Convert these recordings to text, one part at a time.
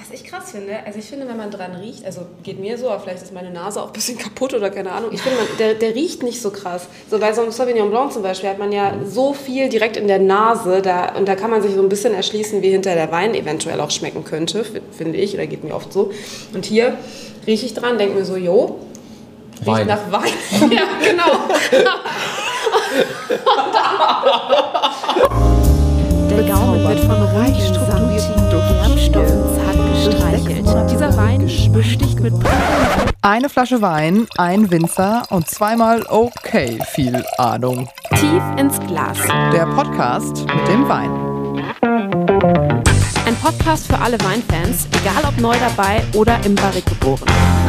Was ich krass finde, also ich finde, wenn man dran riecht, also geht mir so, aber vielleicht ist meine Nase auch ein bisschen kaputt oder keine Ahnung, ich finde, der riecht nicht so krass. So bei so einem Sauvignon Blanc zum Beispiel hat man ja so viel direkt in der Nase und da kann man sich so ein bisschen erschließen, wie hinter der Wein eventuell auch schmecken könnte, finde ich, oder geht mir oft so. Und hier rieche ich dran, denke mir so, jo, riecht nach Wein. Ja, genau. Der Gaumen wird von reich strukturierten Gerbstoffen zart gestreichelt. Dieser Wein besticht mit Eine Flasche Wein, ein Winzer und zweimal okay viel Ahnung. tief ins Glas. Der Podcast mit dem Wein. Ein Podcast für alle Weinfans, egal ob neu dabei oder im Barrik geboren.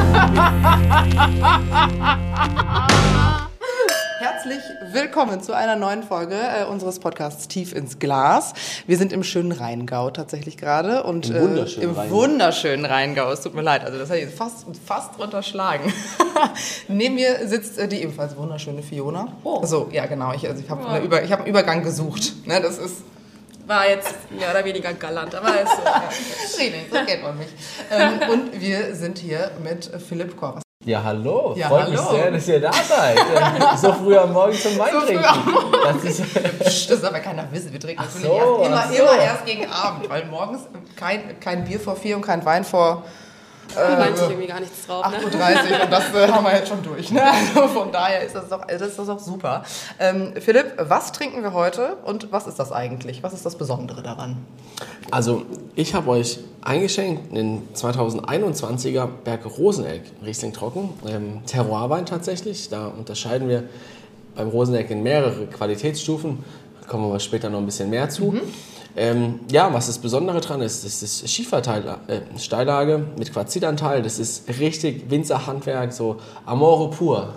Herzlich willkommen zu einer neuen Folge unseres Podcasts Tief ins Glas. Wir sind im schönen Rheingau tatsächlich gerade. Und im wunderschönen Rheingau. Es tut mir leid, also das habe ich fast unterschlagen. Neben mir sitzt die ebenfalls wunderschöne Fiona. Oh. So, ja genau, ich habe einen Übergang gesucht. Ne, das ist... War jetzt mehr oder weniger galant, aber ist so. Ja. Training, so kennt man mich. Und wir sind hier mit Philipp Korb. Ja, hallo. Freut mich sehr, dass ihr da seid. So früh am Morgen zum Wein trinken. Das soll aber keiner wissen. Wir trinken natürlich immer erst gegen Abend, weil morgens kein Bier vor 4 und kein Wein vor... Da weint sich irgendwie gar nichts drauf. 8:30 Uhr und das haben wir jetzt schon durch. Ne? Also von daher ist das doch super. Philipp, was trinken wir heute und was ist das eigentlich? Was ist das Besondere daran? Also ich habe euch eingeschenkt einen 2021er Berg Rosenegg Riesling Trocken. Terroirwein tatsächlich. Da unterscheiden wir beim Rosenegg in mehrere Qualitätsstufen. Da kommen wir später noch ein bisschen mehr zu. Was das Besondere dran ist, das ist Schiefersteillage mit Quarzitanteil. Das ist richtig Winzerhandwerk, so Amore pur.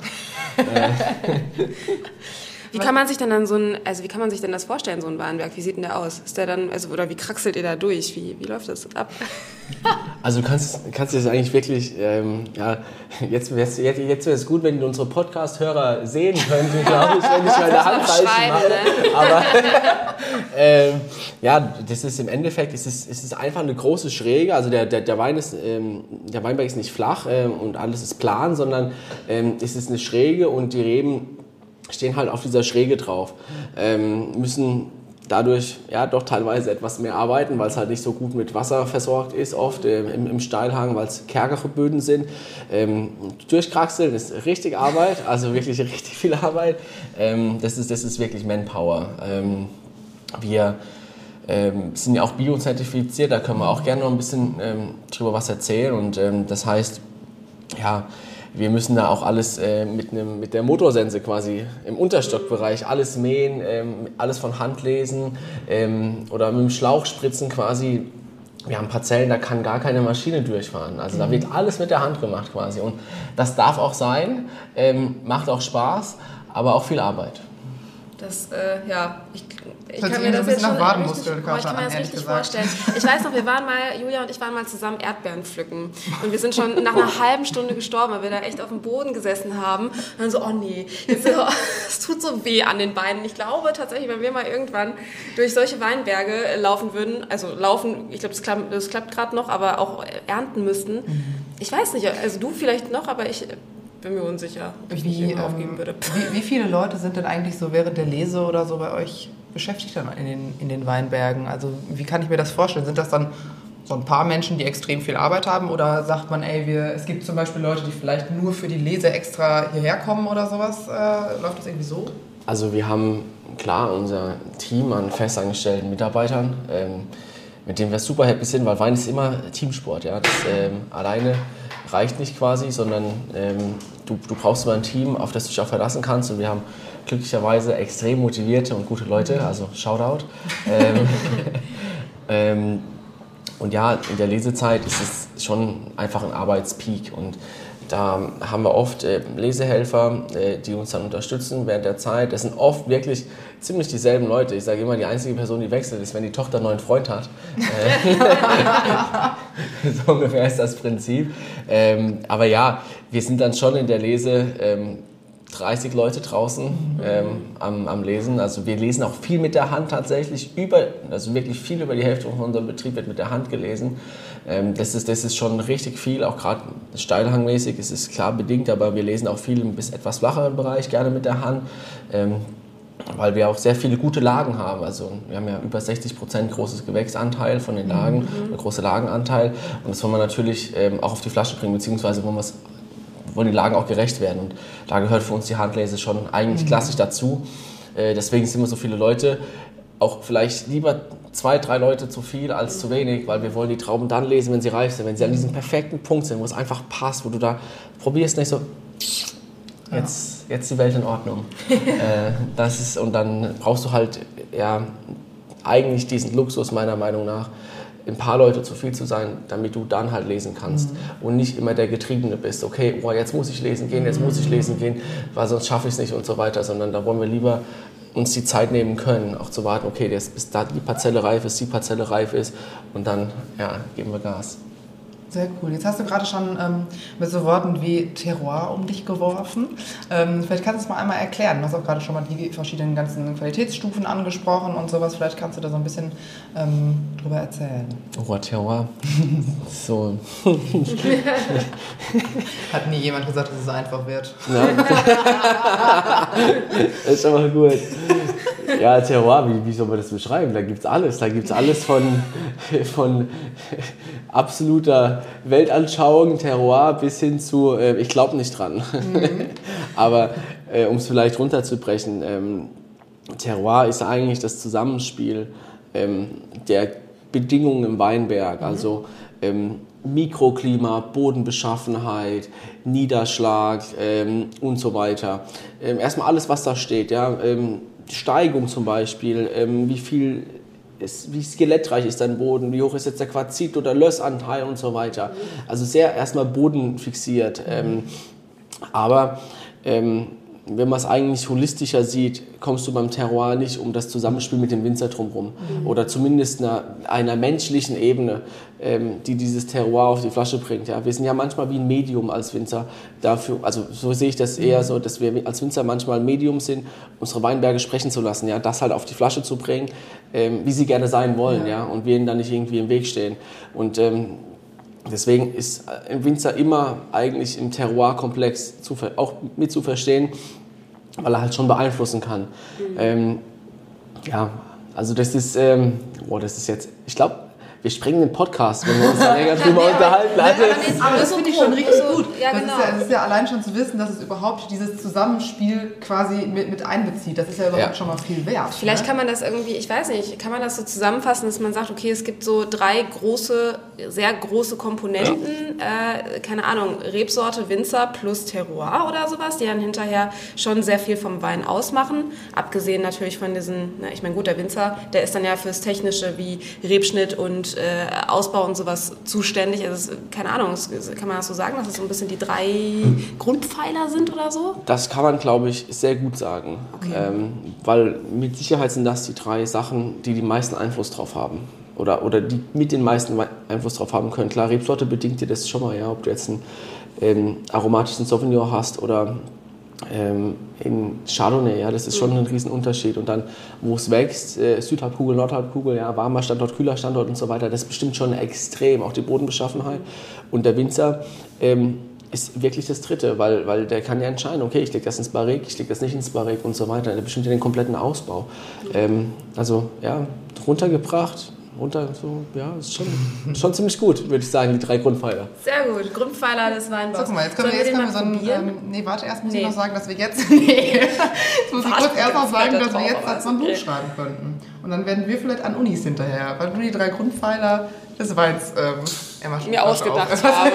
Wie kann man sich denn dann wie kann man sich denn das vorstellen, so ein Weinberg? Wie sieht denn der aus? Ist der dann, oder wie kraxelt ihr da durch? Wie läuft das ab? Also du kannst das eigentlich wirklich, jetzt wäre es gut, wenn unsere Podcast-Hörer sehen könnten, glaube ich, wenn ich meine Hand falsch mache. Ne? Aber das ist im Endeffekt, es ist einfach eine große Schräge. Also der Weinberg ist nicht flach und alles ist plan, sondern es ist eine Schräge und die Reben stehen halt auf dieser Schräge drauf, müssen dadurch doch teilweise etwas mehr arbeiten, weil es halt nicht so gut mit Wasser versorgt ist, oft im Steilhang, weil es kärgere Böden sind. Durchkraxeln ist richtig Arbeit, also wirklich richtig viel Arbeit. Das ist wirklich Manpower. Wir sind ja auch biozertifiziert, da können wir auch gerne noch ein bisschen drüber was erzählen und das heißt, wir müssen da auch alles mit der Motorsense quasi im Unterstockbereich alles mähen, alles von Hand lesen oder mit dem Schlauch spritzen quasi. Wir haben Parzellen, da kann gar keine Maschine durchfahren. Also da wird alles mit der Hand gemacht quasi. Und das darf auch sein, macht auch Spaß, aber auch viel Arbeit. Ich kann mir das jetzt schon richtig vorstellen. Ich weiß noch, Julia und ich waren mal zusammen Erdbeeren pflücken. Und wir sind schon nach einer halben Stunde gestorben, weil wir da echt auf dem Boden gesessen haben. Und dann so, oh nee, es tut so weh an den Beinen. Ich glaube tatsächlich, wenn wir mal irgendwann durch solche Weinberge laufen würden, ich glaube, das klappt gerade noch, aber auch ernten müssten. Ich weiß nicht, also du vielleicht noch, aber ich bin mir unsicher, ob ich nicht aufgeben würde. Wie viele Leute sind denn eigentlich so während der Lese oder so bei euch beschäftigt dann in den Weinbergen? Also wie kann ich mir das vorstellen? Sind das dann so ein paar Menschen, die extrem viel Arbeit haben oder sagt man, es gibt zum Beispiel Leute, die vielleicht nur für die Lese extra hierher kommen oder sowas? Läuft das irgendwie so? Also wir haben, klar, unser Team an festangestellten Mitarbeitern, mit denen wir super happy sind, weil Wein ist immer Teamsport. Ja? Das alleine reicht nicht quasi, sondern du brauchst immer ein Team, auf das du dich auch verlassen kannst und wir haben glücklicherweise extrem motivierte und gute Leute, also Shoutout. Und ja, in der Lesezeit ist es schon einfach ein Arbeitspeak und da haben wir oft Lesehelfer, die uns dann unterstützen während der Zeit. Das sind oft wirklich ziemlich dieselben Leute. Ich sage immer, die einzige Person, die wechselt, ist, wenn die Tochter einen neuen Freund hat. So ungefähr ist das Prinzip. Aber ja, wir sind dann schon in der Lese 30 Leute draußen am Lesen. Also wir lesen auch viel mit der Hand tatsächlich. Also wirklich viel über die Hälfte von unserem Betrieb wird mit der Hand gelesen. Das ist schon richtig viel, auch gerade steilhangmäßig. Es ist klar bedingt, aber wir lesen auch viel im bis etwas flacheren Bereich gerne mit der Hand. Weil wir auch sehr viele gute Lagen haben. Also wir haben ja über 60% großes Gewächsanteil von den Lagen, ein großer Lagenanteil. Und das wollen wir natürlich auch auf die Flasche bringen, beziehungsweise wollen die Lagen auch gerecht werden. Und da gehört für uns die Handlese schon eigentlich klassisch dazu. Deswegen sind wir so viele Leute. Auch vielleicht lieber 2, 3 Leute zu viel als zu wenig, weil wir wollen die Trauben dann lesen, wenn sie reif sind, wenn sie an diesem perfekten Punkt sind, wo es einfach passt, wo du da probierst nicht so... Jetzt ist die Welt in Ordnung. Und dann brauchst du halt eigentlich diesen Luxus meiner Meinung nach, ein paar Leute zu viel zu sein, damit du dann halt lesen kannst und nicht immer der Getriebene bist. Okay, jetzt muss ich lesen gehen, weil sonst schaffe ich es nicht und so weiter, sondern da wollen wir lieber uns die Zeit nehmen können, auch zu warten, okay, bis da die Parzelle reif ist und dann geben wir Gas. Sehr cool. Jetzt hast du gerade schon mit so Worten wie Terroir um dich geworfen. Vielleicht kannst du es mal einmal erklären. Du hast auch gerade schon mal die verschiedenen ganzen Qualitätsstufen angesprochen und sowas. Vielleicht kannst du da so ein bisschen drüber erzählen. Oh, Terroir. So. Hat nie jemand gesagt, dass es so einfach wird. Das ist aber gut. Ja, Terroir, wie soll man das beschreiben? Da gibt's alles. Da gibt's alles von absoluter Weltanschauung, Terroir, bis hin zu, ich glaube nicht dran. Aber um es vielleicht runterzubrechen, Terroir ist eigentlich das Zusammenspiel der Bedingungen im Weinberg. Also Mikroklima, Bodenbeschaffenheit, Niederschlag und so weiter. Erstmal alles, was da steht. Ja? Steigung zum Beispiel, wie skelettreich ist dein Boden, wie hoch ist jetzt der Quarzit- oder Lössanteil und so weiter. Also sehr erstmal bodenfixiert. Aber wenn man es eigentlich holistischer sieht, kommst du beim Terroir nicht um das Zusammenspiel mit dem Winzer drumherum. Oder zumindest einer menschlichen Ebene, die dieses Terroir auf die Flasche bringt. Ja. Wir sind ja manchmal wie ein Medium als Winzer dafür, also so sehe ich das eher so, dass wir als Winzer manchmal ein Medium sind, unsere Weinberge sprechen zu lassen, ja, das halt auf die Flasche zu bringen, wie sie gerne sein wollen, ja, und wir ihnen dann nicht irgendwie im Weg stehen. Und deswegen ist ein Winzer immer eigentlich im Terroir-Komplex auch mit zu verstehen, weil er halt schon beeinflussen kann. Also das ist jetzt, ich glaube, wir sprengen den Podcast, wenn wir uns da länger drüber unterhalten. Aber das finde ich schon richtig gut. Ja, genau. Das ist ja allein schon zu wissen, dass es überhaupt dieses Zusammenspiel quasi mit einbezieht. Das ist ja überhaupt schon mal viel wert. Vielleicht kann man das irgendwie, ich weiß nicht, kann man das so zusammenfassen, dass man sagt, okay, es gibt so 3 sehr große Komponenten, keine Ahnung, Rebsorte, Winzer plus Terroir oder sowas, die dann hinterher schon sehr viel vom Wein ausmachen. Abgesehen natürlich von diesen, ich meine, gut, der Winzer, der ist dann ja fürs Technische wie Rebschnitt und Ausbau und sowas zuständig. Also, keine Ahnung, kann man das so sagen, dass es so ein bisschen die 3 Grundpfeiler sind oder so? Das kann man, glaube ich, sehr gut sagen. Okay. Weil mit Sicherheit sind das die 3 Sachen, die meisten Einfluss drauf haben. Oder die mit den meisten Einfluss drauf haben können. Klar, Rebsorte bedingt dir das schon mal, ja, ob du jetzt einen aromatischen Sauvignon hast oder in Chardonnay, ja, das ist schon ein Riesenunterschied. Und dann, wo es wächst, Südhalbkugel, Nordhalbkugel, ja, warmer Standort, kühler Standort und so weiter, das bestimmt schon extrem, auch die Bodenbeschaffenheit. Und der Winzer ist wirklich das Dritte, weil der kann ja entscheiden, okay, ich lege das ins Barrique, ich lege das nicht ins Barrique und so weiter. Der bestimmt ja den kompletten Ausbau. Also, ja, runtergebracht. Ist schon ziemlich gut, würde ich sagen, die 3 Grundpfeiler. Sehr gut, Grundpfeiler des Weinbaus. Guck mal, jetzt können wir so einen... warte, erst muss ich noch sagen, dass wir jetzt... jetzt muss ich kurz erst noch sagen, dass wir jetzt so ein Buch schreiben könnten. Und dann werden wir vielleicht an Unis hinterher, weil du die 3 Grundpfeiler des Weins mir ausgedacht habe.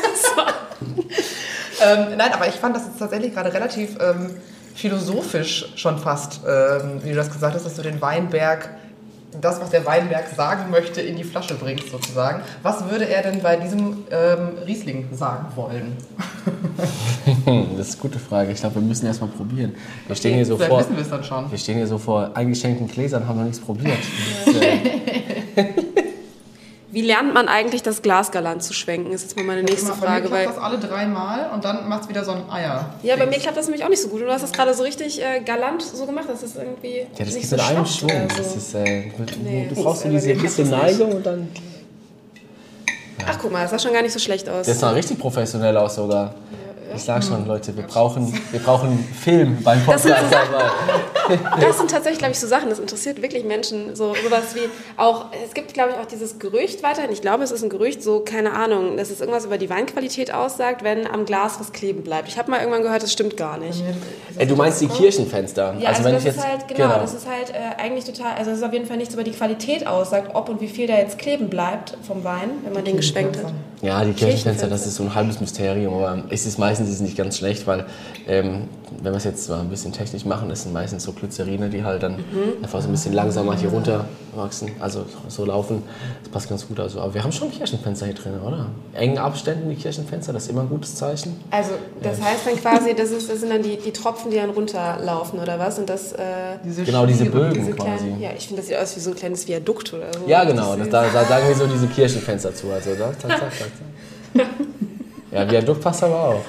Nein, aber ich fand das jetzt tatsächlich gerade relativ philosophisch schon fast, wie du das gesagt hast, dass du den Weinberg... das, was der Weinberg sagen möchte, in die Flasche bringst sozusagen. Was würde er denn bei diesem Riesling sagen wollen? Das ist eine gute Frage. Ich glaube, wir müssen erst mal probieren. Wir stehen hier so wissen wir es dann schon. Wir stehen hier so vor eingeschenkten Gläsern, haben noch nichts probiert. Wie lernt man eigentlich das Glas galant zu schwenken? Ist jetzt mal meine nächste Frage. Bei mir klappt das alle 3 Mal und dann macht es wieder so ein Eier. Ja, bei mir klappt das nämlich auch nicht so gut. Und du hast das gerade so richtig galant so gemacht, dass das irgendwie ja, das nicht ist so in einem Schwung. Das ist, du brauchst nur diese bisschen Neigung und dann... Ja. Ach, guck mal, das sah schon gar nicht so schlecht aus. Das sah richtig professionell aus sogar. Ich sag schon, Leute, wir brauchen Film beim Podcast. Das sind tatsächlich, glaube ich, so Sachen, das interessiert wirklich Menschen. So sowas wie auch, es gibt, glaube ich, auch dieses Gerücht weiterhin, ich glaube, es ist ein Gerücht, so, keine Ahnung, dass es irgendwas über die Weinqualität aussagt, wenn am Glas was kleben bleibt. Ich habe mal irgendwann gehört, das stimmt gar nicht. Du meinst die Kirchenfenster? Ja, also wenn das ist halt, genau, das ist halt eigentlich total, also es ist auf jeden Fall nichts über die Qualität aussagt, ob und wie viel da jetzt kleben bleibt vom Wein, wenn man den geschwenkt hat. Ja, die Kirchenfenster, das ist so ein halbes Mysterium, aber meistens ist es nicht ganz schlecht, weil wenn wir es jetzt mal ein bisschen technisch machen, das sind meistens so Glycerine, die halt dann einfach so ein bisschen langsamer hier runter wachsen, also so laufen. Das passt ganz gut. Also, aber wir haben schon Kirchenfenster hier drin, oder? Engen Abständen die Kirchenfenster, das ist immer ein gutes Zeichen. Also das heißt dann quasi, das sind dann die Tropfen, die dann runterlaufen, oder was? Und das, diese Bögen quasi. Kleinen, ja, ich finde, das sieht aus wie so ein kleines Viadukt oder so. Ja, genau, da sagen wir so diese Kirchenfenster zu. Also da, zack. Ja, Viadukt passt aber auch.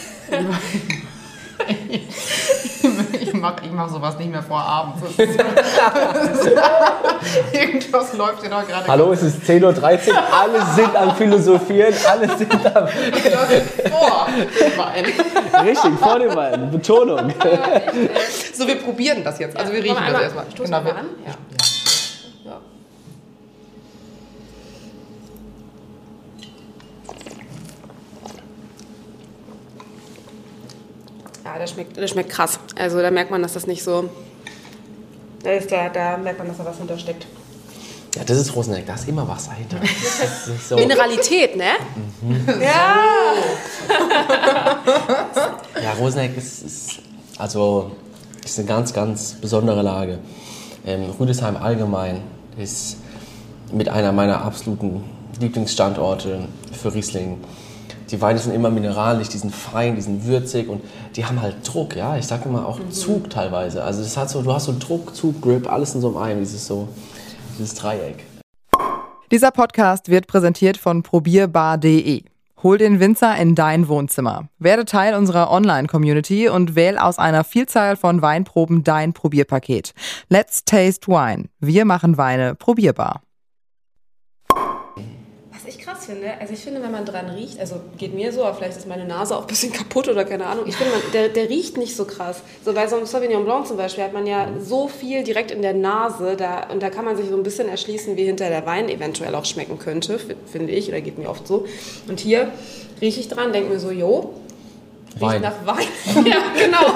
Ich mach sowas nicht mehr vor abends. Irgendwas läuft hier doch gerade. Hallo, es ist 10:13 Uhr, alle sind am Philosophieren, alle sind am... vor dem Wein. Richtig, vor dem Wein, Betonung. So, wir probieren das jetzt. Also wir riechen das erstmal. Stoßen wir mal an? Ja. Ja, der schmeckt krass. Also da merkt man, dass das nicht so... Da merkt man, dass da was hintersteckt. Ja, das ist Roseneck, da ist immer was dahinter. So. Mineralität, ne? Ja! Ja, Roseneck ist eine ganz, ganz besondere Lage. Rüdesheim allgemein ist mit einer meiner absoluten Lieblingsstandorte für Riesling. Die Weine sind immer mineralisch, die sind fein, die sind würzig und die haben halt Druck, ja. Ich sag immer auch Zug teilweise. Also das hat so, du hast so Druck, Zug, Grip, alles in so einem dieses Dreieck. Dieser Podcast wird präsentiert von probierbar.de. Hol den Winzer in dein Wohnzimmer. Werde Teil unserer Online-Community und wähl aus einer Vielzahl von Weinproben dein Probierpaket. Let's taste wine. Wir machen Weine probierbar. Was ich krass finde, also ich finde, wenn man dran riecht, also geht mir so, aber vielleicht ist meine Nase auch ein bisschen kaputt oder keine Ahnung, ich finde, der riecht nicht so krass. So bei so einem Sauvignon Blanc zum Beispiel hat man ja so viel direkt in der Nase und da kann man sich so ein bisschen erschließen, wie hinter der Wein eventuell auch schmecken könnte, finde ich, oder geht mir oft so. Und hier rieche ich dran, denke mir so, jo, riecht nach Wein. Ja, genau.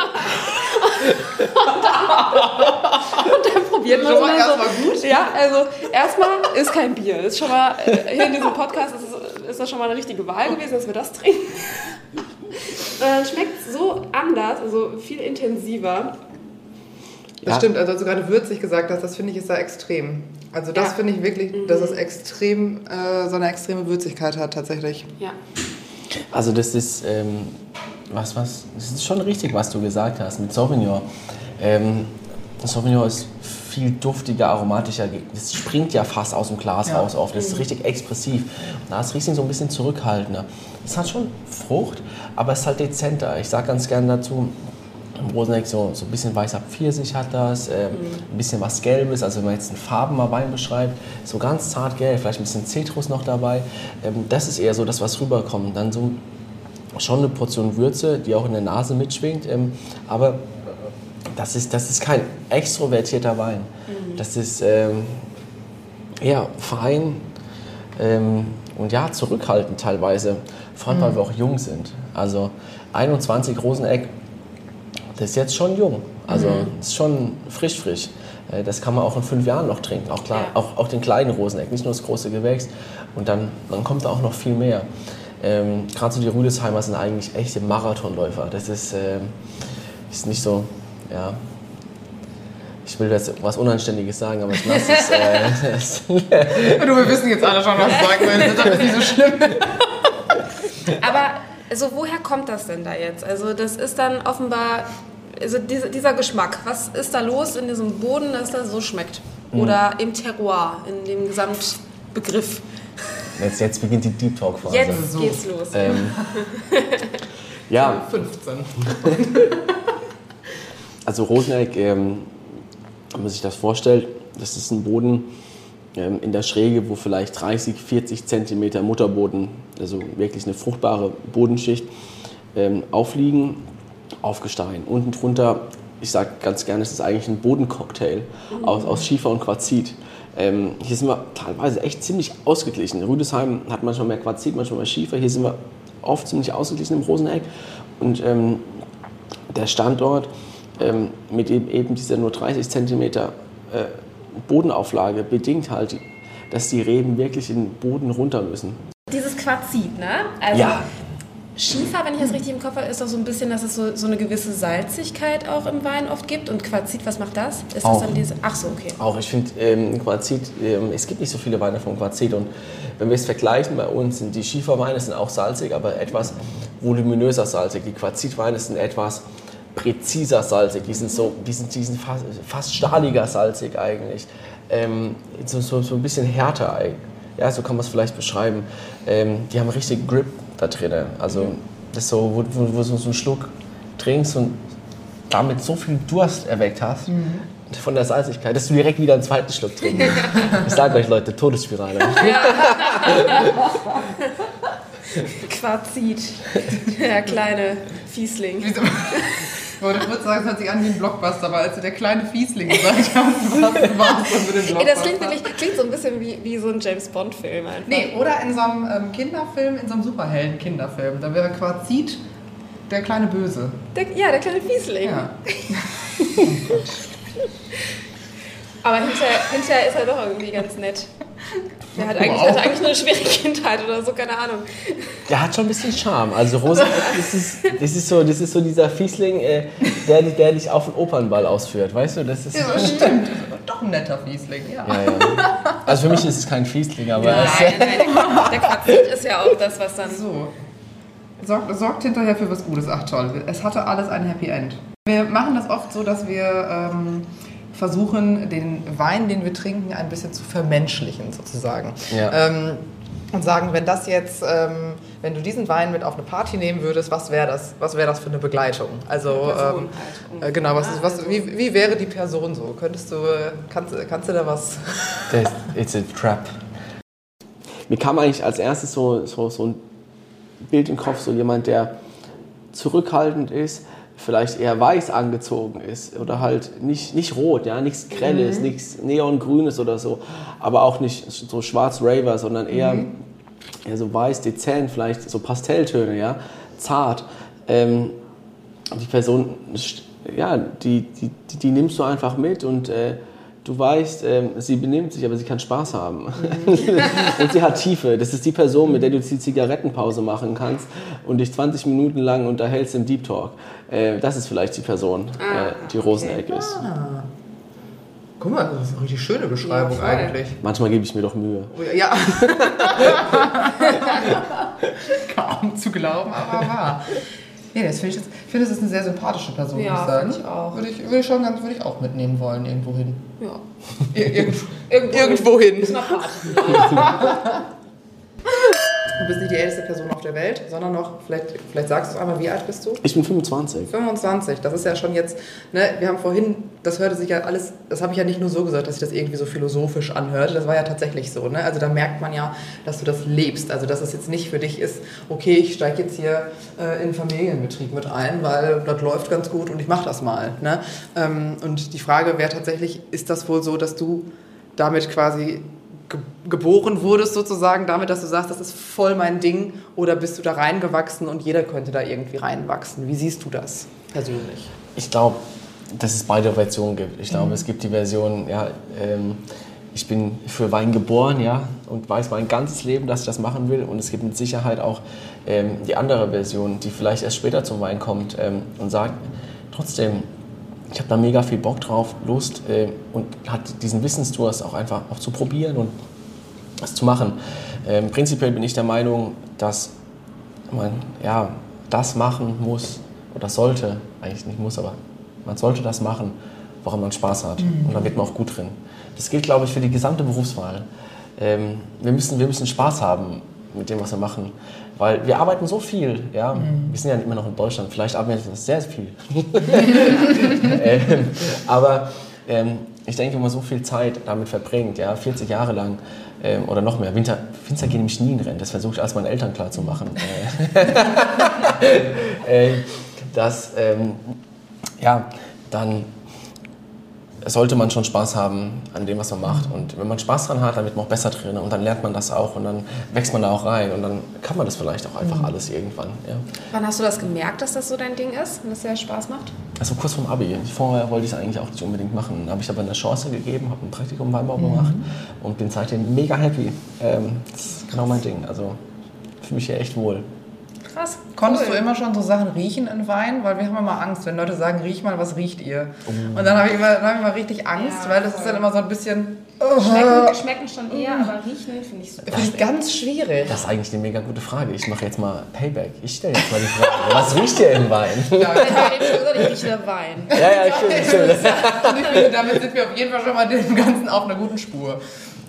Und dann probiert man es mal so. Gut. Ja, also erstmal ist kein Bier. Ist schon mal, hier in diesem Podcast ist das schon mal eine richtige Wahl gewesen, dass wir das trinken. Schmeckt so anders, also viel intensiver. Das stimmt, also als du gerade würzig gesagt hast, das finde ich ist da extrem. Also das finde ich wirklich, dass es extrem, so eine extreme Würzigkeit hat tatsächlich. Ja. Also das ist, das ist schon richtig, was du gesagt hast mit Sauvignon. Sauvignon ist viel duftiger, aromatischer. Das springt ja fast aus dem Glas raus auf. Das ist richtig expressiv. Da ist Riesling so ein bisschen zurückhaltender. Es hat schon Frucht, aber es ist halt dezenter. Ich sage ganz gerne dazu, Roseneck so ein bisschen weißer Pfirsich hat das, ein bisschen was Gelbes, also wenn man jetzt einen farbener Wein beschreibt, so ganz zart gelb, vielleicht ein bisschen Zitrus noch dabei. Das ist eher so das, was rüberkommt. Dann so schon eine Portion Würze, die auch in der Nase mitschwingt, aber das ist kein extrovertierter Wein. Das ist eher fein und ja, zurückhaltend teilweise, vor allem weil wir auch jung sind. Also 21 Roseneck, das ist jetzt schon jung, also ist schon frisch. Das kann man auch in 5 Jahren noch trinken, auch klar, auch den kleinen Roseneck, nicht nur das große Gewächs. Und dann kommt da auch noch viel mehr. Gerade so die Rüdesheimer sind eigentlich echte Marathonläufer. Das ist nicht so, ja. Ich will jetzt was Unanständiges sagen, aber ich lasse es. Wir wissen jetzt alle schon, was du sagen willst. Das ist nicht so schlimm. Aber also woher kommt das denn da jetzt? Also das ist dann offenbar, also dieser Geschmack. Was ist da los in diesem Boden, dass das so schmeckt? Oder im Terroir, in dem Begriff. Jetzt beginnt die Deep Talk-Phase. Jetzt geht's los. Ja. 15. Also Rosenegg, wenn man sich das vorstellt, das ist ein Boden in der Schräge, wo vielleicht 30, 40 Zentimeter Mutterboden, also wirklich eine fruchtbare Bodenschicht, aufliegen, auf Gestein. Unten drunter, ich sage ganz gerne, es ist eigentlich ein Bodencocktail aus Schiefer und Quarzit. Hier sind wir teilweise echt ziemlich ausgeglichen. Rüdesheim hat manchmal mehr Quarzit, manchmal mehr Schiefer. Hier sind wir oft ziemlich ausgeglichen im Rosenegg. Und der Standort mit eben dieser nur 30 Zentimeter Bodenauflage bedingt halt, dass die Reben wirklich in den Boden runter müssen. Dieses Quarzit, ne? Also ja. Schiefer, wenn ich das richtig im Kopf habe, ist doch so ein bisschen, dass es so eine gewisse Salzigkeit auch im Wein oft gibt. Und Quarzit, was macht das? Ist auch. Das dann diese? Ach so, okay. Auch, ich finde Quarzit, es gibt nicht so viele Weine von Quarzit. Und wenn wir es vergleichen, bei uns sind die Schieferweine sind auch salzig, aber etwas voluminöser salzig. Die Quarzitweine sind etwas präziser salzig. Die sind fast stahliger salzig eigentlich. So ein bisschen härter eigentlich. Ja, so kann man es vielleicht beschreiben. Die haben richtig Grip da drin. Also das ist so, wo du so einen Schluck trinkst und damit so viel Durst erweckt hast von der Salzigkeit, dass du direkt wieder einen zweiten Schluck trinkst. Ich sage euch, Leute, Todesspirale. Quarzit, der kleine Fiesling. Wieso? Ich wollte kurz sagen, es hört sich an wie ein Blockbuster, aber als du der kleine Fiesling gesagt hast, was war es mit dem Blockbuster? Das klingt so ein bisschen wie so ein James-Bond-Film einfach. Nee, oder in so einem Kinderfilm, in so einem Superhelden-Kinderfilm. Da wäre Quarzit der kleine Böse. Der kleine Fiesling. Ja. Aber hinterher ist er doch irgendwie ganz nett. Der hatte eigentlich nur eine schwere Kindheit oder so, keine Ahnung. Der hat schon ein bisschen Charme. Also Rosenegg, das ist so dieser Fiesling, der dich auf den Opernball ausführt, weißt du? Das ist ja, stimmt. Doch ein netter Fiesling, ja. Also für mich ist es kein Fiesling, aber... Nein, der Quarzit ist ja auch das, was dann... So. Sorgt hinterher für was Gutes. Ach toll, es hatte alles ein Happy End. Wir machen das oft so, dass wir... versuchen, den Wein, den wir trinken, ein bisschen zu vermenschlichen, sozusagen. Ja. Und sagen, wenn du diesen Wein mit auf eine Party nehmen würdest, was wäre das für eine Begleitung? Also, genau, wie wäre die Person so? Kannst du da was? It's a trap. Mir kam eigentlich als erstes so ein Bild im Kopf, so jemand, der zurückhaltend ist, vielleicht eher weiß angezogen ist oder halt nicht rot, ja, nichts Grelles, nichts Neongrünes oder so, aber auch nicht so schwarz-Raver, sondern eher so weiß, dezent, vielleicht so Pastelltöne, ja, zart. Die Person, ja, die nimmst du einfach mit und du weißt, sie benimmt sich, aber sie kann Spaß haben. Und sie hat Tiefe. Das ist die Person, mit der du die Zigarettenpause machen kannst und dich 20 Minuten lang unterhältst im Deep Talk. Das ist vielleicht die Person, die Rosenegg ist. Guck mal, das ist eine richtig schöne Beschreibung eigentlich. Manchmal gebe ich mir doch Mühe. Ja. Kaum zu glauben, aber wahr. Ja, ich finde, das ist eine sehr sympathische Person, ja, muss ich sagen. Ich auch. Würde ich auch mitnehmen wollen, irgendwohin. Ja. Irgendwohin. Bis nach Party. Du bist nicht die älteste Person auf der Welt, sondern noch, vielleicht sagst du einmal, wie alt bist du? Ich bin 25. 25, das ist ja schon jetzt, ne, wir haben vorhin, das hörte sich ja alles, das habe ich ja nicht nur so gesagt, dass sich das irgendwie so philosophisch anhörte, das war ja tatsächlich so, ne? Also da merkt man ja, dass du das lebst, also dass es jetzt nicht für dich ist, okay, ich steige jetzt hier in einen Familienbetrieb mit ein, weil das läuft ganz gut und ich mache das mal, ne? Und die Frage wäre tatsächlich, ist das wohl so, dass du damit quasi geboren wurdest sozusagen, damit, dass du sagst, das ist voll mein Ding, oder bist du da reingewachsen und jeder könnte da irgendwie reinwachsen? Wie siehst du das persönlich? Ich glaube, dass es beide Versionen gibt. Ich glaube, es gibt die Version, ja, ich bin für Wein geboren, ja, und weiß mein ganzes Leben, dass ich das machen will, und es gibt mit Sicherheit auch die andere Version, die vielleicht erst später zum Wein kommt und sagt, trotzdem, ich habe da mega viel Bock drauf, Lust und hat diesen Wissensdurst auch einfach auch zu probieren und das zu machen. Prinzipiell bin ich der Meinung, dass man das machen muss oder sollte, eigentlich nicht muss, aber man sollte das machen, woran man Spaß hat. Und dann wird man auch gut drin. Das gilt, glaube ich, für die gesamte Berufswahl. wir müssen Spaß haben mit dem, was wir machen. Weil wir arbeiten so viel, ja. Wir sind ja immer noch in Deutschland, vielleicht arbeiten wir sehr viel. Aber ich denke, wenn man so viel Zeit damit verbringt, ja, 40 Jahre lang oder noch mehr, Winter gehen nämlich nie in Rennen, das versuche ich alles meinen Eltern klar zu machen. Dass, dann sollte man schon Spaß haben an dem, was man macht. Und wenn man Spaß dran hat, dann wird man auch besser drin und dann lernt man das auch und dann wächst man da auch rein und dann kann man das vielleicht auch einfach alles irgendwann. Ja. Wann hast du das gemerkt, dass das so dein Ding ist und dass dir Spaß macht? Also kurz vorm Abi. Vorher wollte ich es eigentlich auch nicht unbedingt machen. Dann habe ich aber eine Chance gegeben, habe ein Praktikum im Weinbau gemacht und bin seitdem mega happy. Das ist genau mein Ding. Also fühle mich hier echt wohl. Krass. Konntest du immer schon so Sachen riechen in Wein? Weil wir haben immer Angst, wenn Leute sagen, riech mal, was riecht ihr? Und dann habe ich immer richtig Angst, weil das ist dann immer so ein bisschen... Schmecken schon eher, aber riechen finde ich super. Finde ich ganz schwierig. Das ist eigentlich eine mega gute Frage. Ich mache jetzt mal Payback. Ich stelle jetzt mal die Frage, was riecht ihr im Wein? Ja, ich rieche der Wein. Ja, stimmt. Und ich finde, damit sind wir auf jeden Fall schon mal dem Ganzen auf einer guten Spur.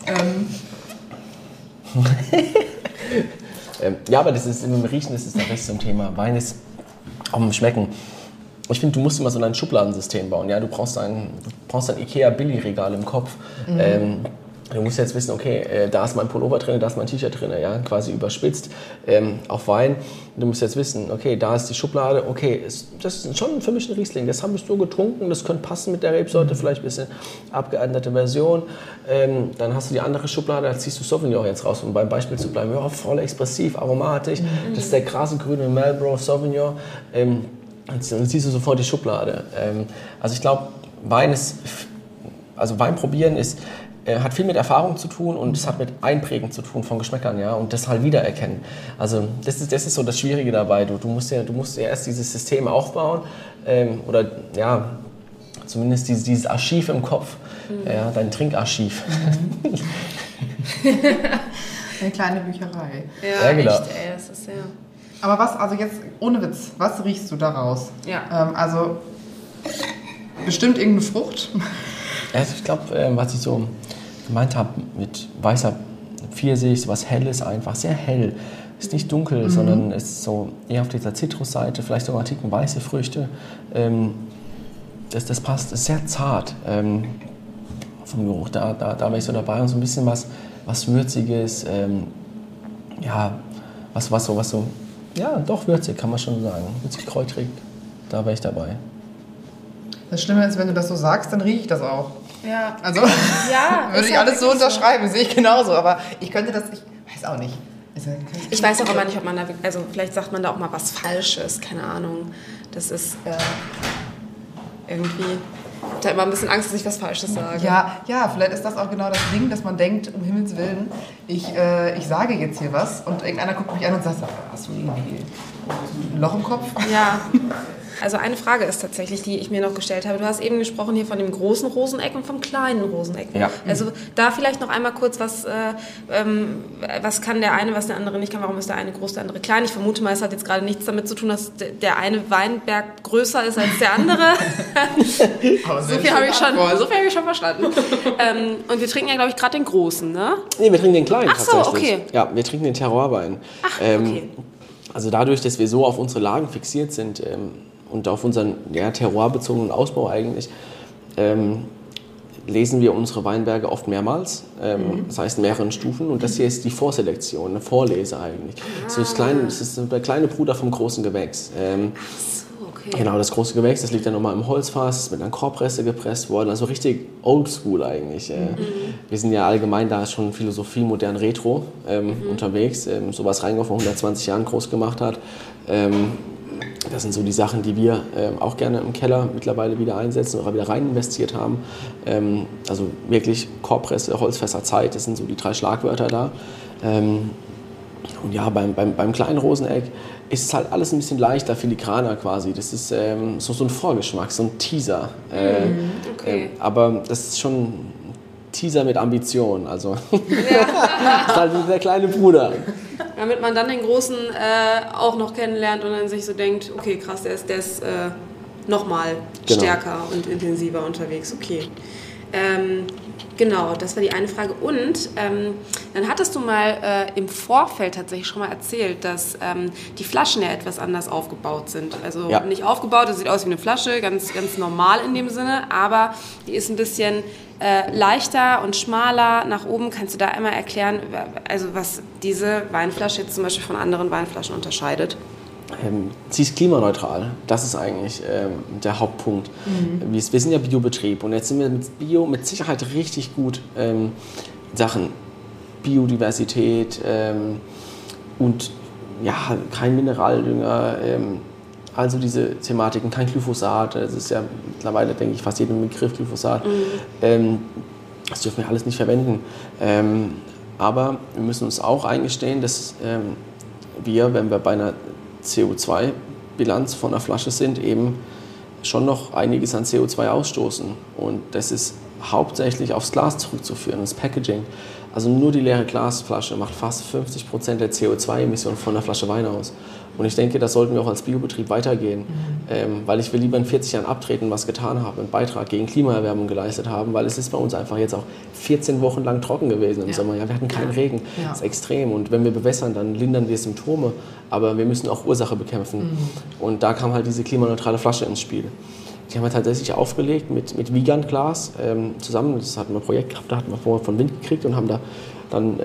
Ja, aber das ist im Riechen, das ist das Beste zum Thema. Wein ist auch im Schmecken. Ich finde, du musst immer so ein Schubladensystem bauen. Ja? Du brauchst ein Ikea-Billigregal im Kopf. Du musst jetzt wissen, okay, da ist mein Pullover drin, da ist mein T-Shirt drin, ja? Quasi überspitzt auf Wein. Du musst jetzt wissen, okay, da ist die Schublade, okay, das ist schon für mich ein Riesling, das habe ich so getrunken, das könnte passen mit der Rebsorte, vielleicht ein bisschen abgeänderte Version. Dann hast du die andere Schublade, da ziehst du Sauvignon jetzt raus, um beim Beispiel zu bleiben. Ja, voll expressiv, aromatisch, das ist der krasse grüne Marlborough Sauvignon. Dann siehst du sofort die Schublade. Also ich glaube, Wein probieren hat viel mit Erfahrung zu tun und es hat mit Einprägen zu tun von Geschmäckern, ja, und das halt wiedererkennen. Also das ist so das Schwierige dabei. Du musst ja erst dieses System aufbauen oder ja, zumindest dieses Archiv im Kopf, ja, dein Trinkarchiv. Eine kleine Bücherei. Ja, genau. Echt, ey, das ist ja... Aber also jetzt ohne Witz, was riechst du daraus? Ja. Also bestimmt irgendeine Frucht? Also ich glaube, was ich so gemeint habe mit weißer Pfirsich, so was Helles einfach, sehr hell. Ist nicht dunkel, sondern ist so eher auf dieser Zitrusseite, vielleicht sogar Ticken weiße Früchte. Das passt, ist sehr zart vom Geruch. Da wäre ich so dabei und so ein bisschen was Würziges, ja, was so, ja, doch würzig, kann man schon sagen. Würzig, kräutrig, da wäre ich dabei. Das Schlimme ist, wenn du das so sagst, dann rieche ich das auch. Ja. Also würde ich alles so unterschreiben, sehe ich genauso. Aber ich könnte das, ich weiß auch nicht. Ich weiß auch aber nicht, ob man da, also vielleicht sagt man da auch mal was Falsches, keine Ahnung. Das ist irgendwie, ich habe da immer ein bisschen Angst, dass ich was Falsches sage. Ja, vielleicht ist das auch genau das Ding, dass man denkt, um Himmels Willen, ich sage jetzt hier was und irgendeiner guckt mich an und sagt, hast du irgendwie ein Loch im Kopf? Ja. Also eine Frage ist tatsächlich, die ich mir noch gestellt habe. Du hast eben gesprochen hier von dem großen Roseneck und vom kleinen Roseneck. Ja. Also da vielleicht noch einmal kurz, was kann der eine, was der andere nicht kann. Warum ist der eine groß, der andere klein? Ich vermute mal, es hat jetzt gerade nichts damit zu tun, dass der eine Weinberg größer ist als der andere. So viel habe ich schon verstanden. Und wir trinken ja, glaube ich, gerade den großen, ne? Nee, wir trinken den kleinen tatsächlich. Ach so, okay. Ja, wir trinken den Terroirwein. Ach, okay. Also dadurch, dass wir so auf unsere Lagen fixiert sind, und auf unseren terroirbezogenen Ausbau eigentlich, lesen wir unsere Weinberge oft mehrmals, das heißt in mehreren Stufen. Und das hier ist die Vorselektion, eine Vorlese eigentlich. Das ist der kleine Bruder vom großen Gewächs. Okay. Genau, das große Gewächs, das liegt dann nochmal im Holzfass, ist mit einer Korbpresse gepresst worden, also richtig oldschool eigentlich. Wir sind ja allgemein da schon Philosophie, modern, retro unterwegs, sowas Rheingau vor 120 Jahren groß gemacht hat. Das sind so die Sachen, die wir auch gerne im Keller mittlerweile wieder einsetzen oder wieder rein investiert haben. Also wirklich Korbpresse, Holzfässer, Zeit, das sind so die 3 Schlagwörter da. Und ja, beim kleinen Roseneck ist es halt alles ein bisschen leichter, filigraner quasi. Das ist so ein Vorgeschmack, so ein Teaser. Okay. Aber das ist schon ein Teaser mit Ambition. Also das ist halt der kleine Bruder. Damit man dann den Großen auch noch kennenlernt und dann sich so denkt, okay, krass, der ist nochmal stärker und intensiver unterwegs. Okay. Genau, das war die eine Frage. Und dann hattest du mal im Vorfeld tatsächlich schon mal erzählt, dass die Flaschen ja etwas anders aufgebaut sind. Also nicht aufgebaut, das sieht aus wie eine Flasche, ganz, ganz normal in dem Sinne, aber die ist ein bisschen leichter und schmaler nach oben. Kannst du da einmal erklären, also was diese Weinflasche jetzt zum Beispiel von anderen Weinflaschen unterscheidet? Sie ist klimaneutral, das ist eigentlich der Hauptpunkt. Wir sind ja Biobetrieb und jetzt sind wir mit Bio mit Sicherheit richtig gut Sachen Biodiversität und ja, kein Mineraldünger, also diese Thematiken, kein Glyphosat, das ist ja mittlerweile, denke ich, fast jedem Begriff Glyphosat, das dürfen wir alles nicht verwenden. Aber wir müssen uns auch eingestehen, dass wir, wenn wir bei einer CO2-Bilanz von der Flasche sind, eben schon noch einiges an CO2 ausstoßen. Und das ist hauptsächlich aufs Glas zurückzuführen, das Packaging. Also nur die leere Glasflasche macht fast 50% der CO2-Emissionen von der Flasche Wein aus. Und ich denke, das sollten wir auch als Biobetrieb weitergehen, weil ich will lieber in 40 Jahren abtreten, was getan habe, einen Beitrag gegen Klimaerwärmung geleistet haben, weil es ist bei uns einfach jetzt auch 14 Wochen lang trocken gewesen im Sommer. Ja, wir hatten keinen Regen, das ist extrem. Und wenn wir bewässern, dann lindern wir Symptome, aber wir müssen auch Ursache bekämpfen. Und da kam halt diese klimaneutrale Flasche ins Spiel. Die haben wir tatsächlich aufgelegt mit Vigant-Glas zusammen. Das hatten wir ein Projekt gehabt, da hatten wir vorher von Wind gekriegt und haben da dann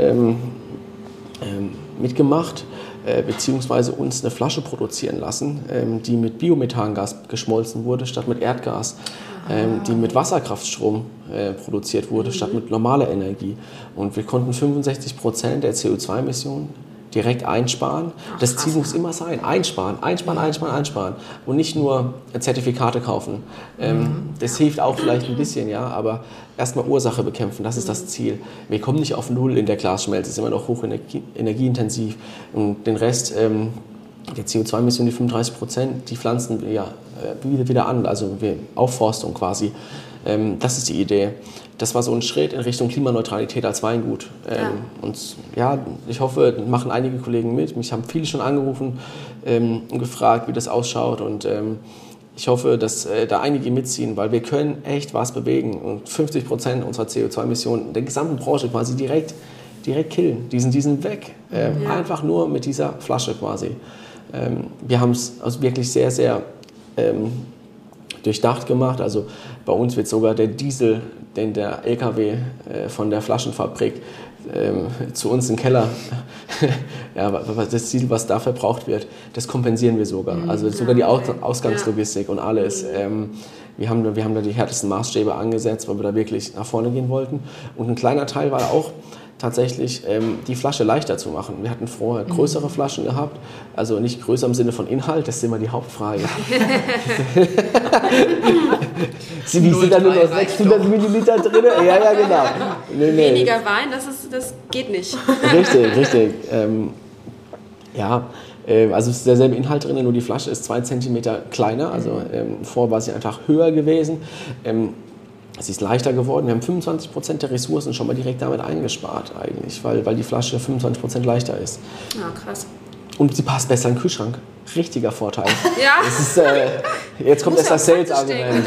mitgemacht, beziehungsweise uns eine Flasche produzieren lassen, die mit Biomethangas geschmolzen wurde, statt mit Erdgas, die mit Wasserkraftstrom produziert wurde, statt mit normaler Energie. Und wir konnten 65% der CO2-Emissionen direkt einsparen. Das Ziel muss immer sein, einsparen und nicht nur Zertifikate kaufen. Das hilft auch vielleicht ein bisschen, ja, aber erstmal Ursache bekämpfen, das ist das Ziel. Wir kommen nicht auf Null in der Glasschmelze, es ist immer noch hoch energieintensiv und den Rest der CO2-Emissionen, die 35%, die pflanzen wir ja wieder an, also Aufforstung quasi. Das ist die Idee. Das war so ein Schritt in Richtung Klimaneutralität als Weingut. Und ja, ich hoffe, machen einige Kollegen mit. Mich haben viele schon angerufen und gefragt, wie das ausschaut. Und ich hoffe, dass da einige mitziehen, weil wir können echt was bewegen. Und 50% unserer CO2-Emissionen der gesamten Branche quasi direkt killen. Die sind weg. Einfach nur mit dieser Flasche quasi. Wir haben es also wirklich sehr, sehr durchdacht gemacht. Also bei uns wird sogar der Diesel, den der LKW von der Flaschenfabrik zu uns in den Keller, das Diesel, was da verbraucht wird, das kompensieren wir sogar. Also sogar die Ausgangslogistik und alles. Wir haben da die härtesten Maßstäbe angesetzt, weil wir da wirklich nach vorne gehen wollten. Und ein kleiner Teil war auch tatsächlich die Flasche leichter zu machen. Wir hatten vorher größere Flaschen gehabt, also nicht größer im Sinne von Inhalt, das ist immer die Hauptfrage. Wie sind da nur noch 600 Milliliter drin? Ja, genau. Nee. Weniger Wein, das geht nicht. Richtig. Also es ist derselbe Inhalt drin, nur die Flasche ist 2 cm kleiner, also vorher war sie einfach höher gewesen. Es ist leichter geworden. Wir haben 25% der Ressourcen schon mal direkt damit eingespart eigentlich, weil die Flasche 25% leichter ist. Ja, krass. Und sie passt besser in den Kühlschrank. Richtiger Vorteil. Ja. Das ist, jetzt kommt erst das Sales-Argument.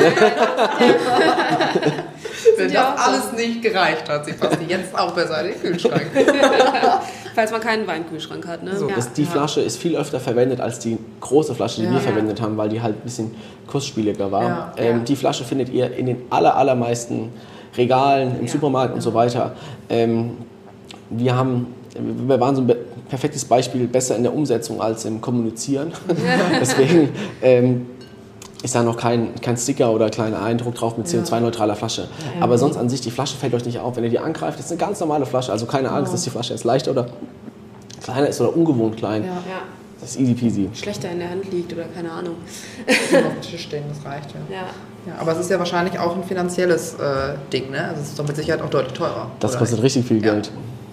Wenn das alles nicht gereicht hat, sie passt jetzt auch besser in den Kühlschrank. Falls man keinen Weinkühlschrank hat. Ne? So, die Flasche ist viel öfter verwendet als die große Flasche, die wir verwendet haben, weil die halt ein bisschen kostspieliger war. Die Flasche findet ihr in den allermeisten Regalen, im Supermarkt und so weiter. Wir waren so ein perfektes Beispiel, besser in der Umsetzung als im Kommunizieren. Deswegen ist da noch kein Sticker oder kleiner Eindruck drauf mit CO2-neutraler Flasche. Ja. Aber sonst an sich, die Flasche fällt euch nicht auf. Wenn ihr die angreift, das ist eine ganz normale Flasche. Also keine Angst, dass die Flasche jetzt leichter oder kleiner ist oder ungewohnt klein. Ja. Das ist easy peasy. Schlechter in der Hand liegt oder keine Ahnung. Auf dem Tisch stehen, das reicht ja. Aber es ist ja wahrscheinlich auch ein finanzielles Ding, ne? Also es ist doch mit Sicherheit auch deutlich teurer. Das kostet richtig viel Geld.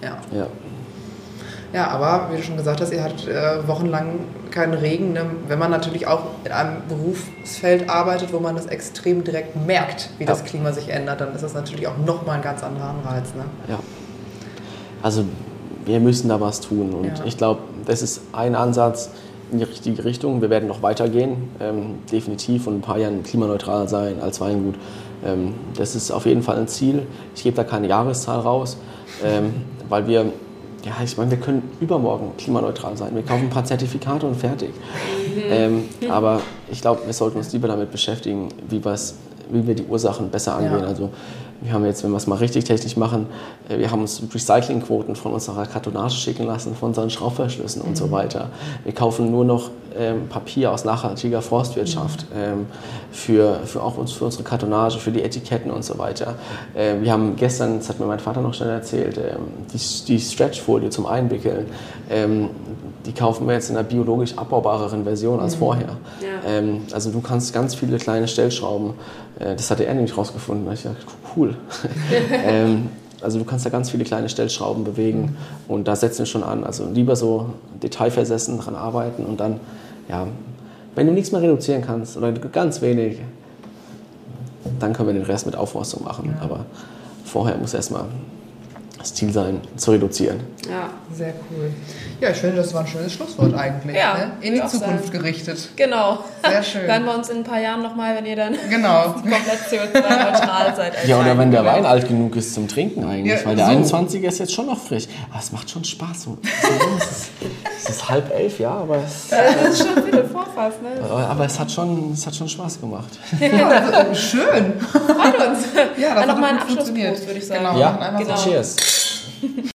Ja, aber wie du schon gesagt hast, ihr hattet wochenlang keinen Regen. Ne? Wenn man natürlich auch in einem Berufsfeld arbeitet, wo man das extrem direkt merkt, wie das Klima sich ändert, dann ist das natürlich auch nochmal ein ganz anderer Anreiz. Ne? Ja, also wir müssen da was tun und ich glaube, das ist ein Ansatz in die richtige Richtung. Wir werden noch weitergehen, definitiv und in ein paar Jahren klimaneutral sein als Weingut. Das ist auf jeden Fall ein Ziel. Ich gebe da keine Jahreszahl raus, weil wir können übermorgen klimaneutral sein. Wir kaufen ein paar Zertifikate und fertig. Aber ich glaube, wir sollten uns lieber damit beschäftigen, wie wir die Ursachen besser angehen. Ja. Also wir haben jetzt, wenn wir es mal richtig technisch machen, wir haben uns Recyclingquoten von unserer Kartonage schicken lassen, von unseren Schraubverschlüssen und so weiter. Wir kaufen nur noch Papier aus nachhaltiger Forstwirtschaft für unsere Kartonage, für die Etiketten und so weiter. Wir haben gestern, das hat mir mein Vater noch schnell erzählt, die Stretchfolie zum Einwickeln, die kaufen wir jetzt in einer biologisch abbaubareren Version als vorher. Ja. Also du kannst ganz viele kleine Stellschrauben, das hatte er nämlich rausgefunden, ich dachte, cool. Also du kannst da ganz viele kleine Stellschrauben bewegen und da setzen wir schon an. Also lieber so detailversessen dran arbeiten und dann, wenn du nichts mehr reduzieren kannst oder ganz wenig, dann können wir den Rest mit Aufforstung machen. Ja. Aber vorher muss erstmal das Ziel sein, zu reduzieren. Ja, sehr cool. Ja, ich finde, das war ein schönes Schlusswort eigentlich. Ja, ne? In die Zukunft gerichtet. Genau. Sehr schön. Hören wir uns in ein paar Jahren nochmal, wenn ihr dann komplett CO2-neutral seid. Ja, oder wenn der Wein alt genug ist zum Trinken eigentlich, weil der 21er ist jetzt schon noch frisch. Aber es macht schon Spaß. Es ist 10:30, ja, aber das ist schon wieder Vorfast, ne? Aber es hat schon Spaß gemacht. Ja, also, schön. Freut uns. Ja, das nochmal ein Abschlussprost, würde ich sagen. Genau. Ja, genau. Cheers.